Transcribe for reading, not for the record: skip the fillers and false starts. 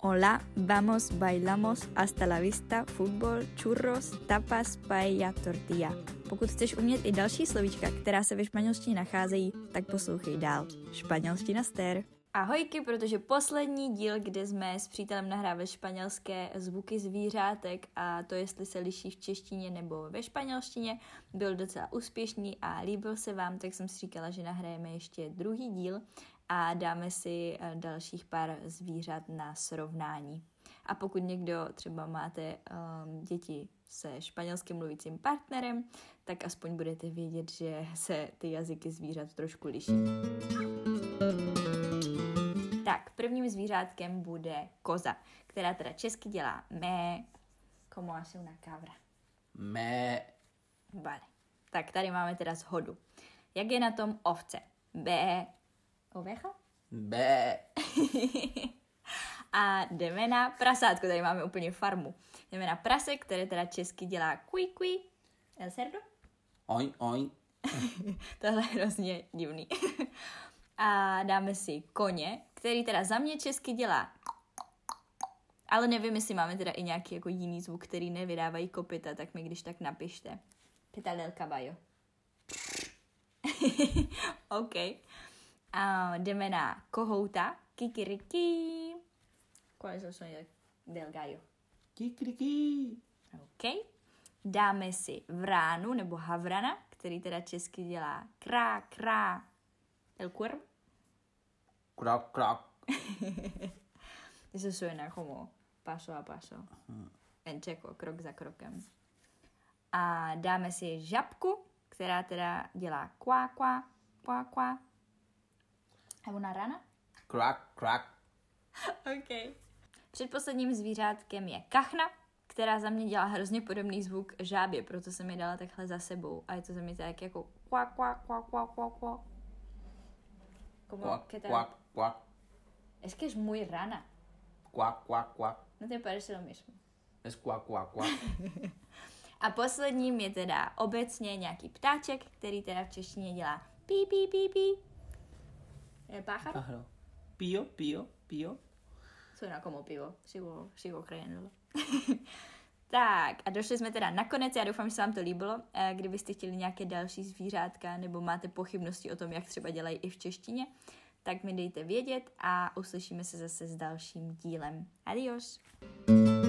Hola, vamos, bailamos, hasta la vista, fútbol, churros, tapas, paella, tortilla. Pokud chceš umět i další slovíčka, která se ve španělštině nacházejí, tak poslouchej dál. Španělština stér. Ahojky, protože poslední díl, kde jsme s přítelem nahrávali španělské zvuky zvířátek a to, jestli se liší v češtině nebo ve španělštině, byl docela úspěšný a líbil se vám, tak jsem si říkala, že nahrajeme ještě druhý díl a dáme si dalších pár zvířat na srovnání. A pokud někdo třeba máte děti se španělským mluvícím partnerem, tak aspoň budete vědět, že se ty jazyky zvířat trošku liší. Tak, prvním zvířátkem bude koza, která teda česky dělá mé, como hace una cabra. Mé. Vale. Tak tady máme teda shodu. Jak je na tom ovce? B. Ovecha? Bé. A jdeme na prasátko, tady máme úplně farmu. Jdeme na prase, které teda česky dělá kui kui. El cerdo? Oin, oin. Tohle je hrozně divný. A dáme si koně, který teda za mě česky dělá. Ale nevím, jestli máme teda i nějaký jako jiný zvuk, který nevydávají kopyta, tak mi když tak napište. ¿Qué tal el caballo? OK. A jdeme na kohouta. Kikiriki. ¿Cuál es el sonido del gallo? Kikriki. OK. Dáme si vránu nebo havrana, který teda česky dělá krá, krá. El cuervo. Krak, krak. Eso suena como paso a paso. En čeco, krok za krokem. A dáme si žabku, která teda dělá kvá, kvá, kvá, kvá. A una rana? Krak, krak. OK. Předposledním zvířátkem je kachna, která za mě dělá hrozně podobný zvuk žábě, proto jsem ji dala takhle za sebou. A je to za mě tak jako kvá, kvá, kvá, kvá, kvá, kvá. Cuac, cuac, cuac. Es que es muy rana. Cuac, cuac, cuac. ¿No te parece lo mismo? Es cuac, cuac, cuac. A posledním je teda obecně nějaký ptáček, který teda v češtině dělá pí, pí, pí, pí. ¿El pájaro? Pájaro. Pío, pío, pío. Suena como pivo, sigo creyéndolo. Tak a došli jsme teda nakonec, já doufám, že se vám to líbilo. Kdybyste chtěli nějaké další zvířátka nebo máte pochybnosti o tom, jak třeba dělají i v češtině, tak mi dejte vědět a uslyšíme se zase s dalším dílem. Adios!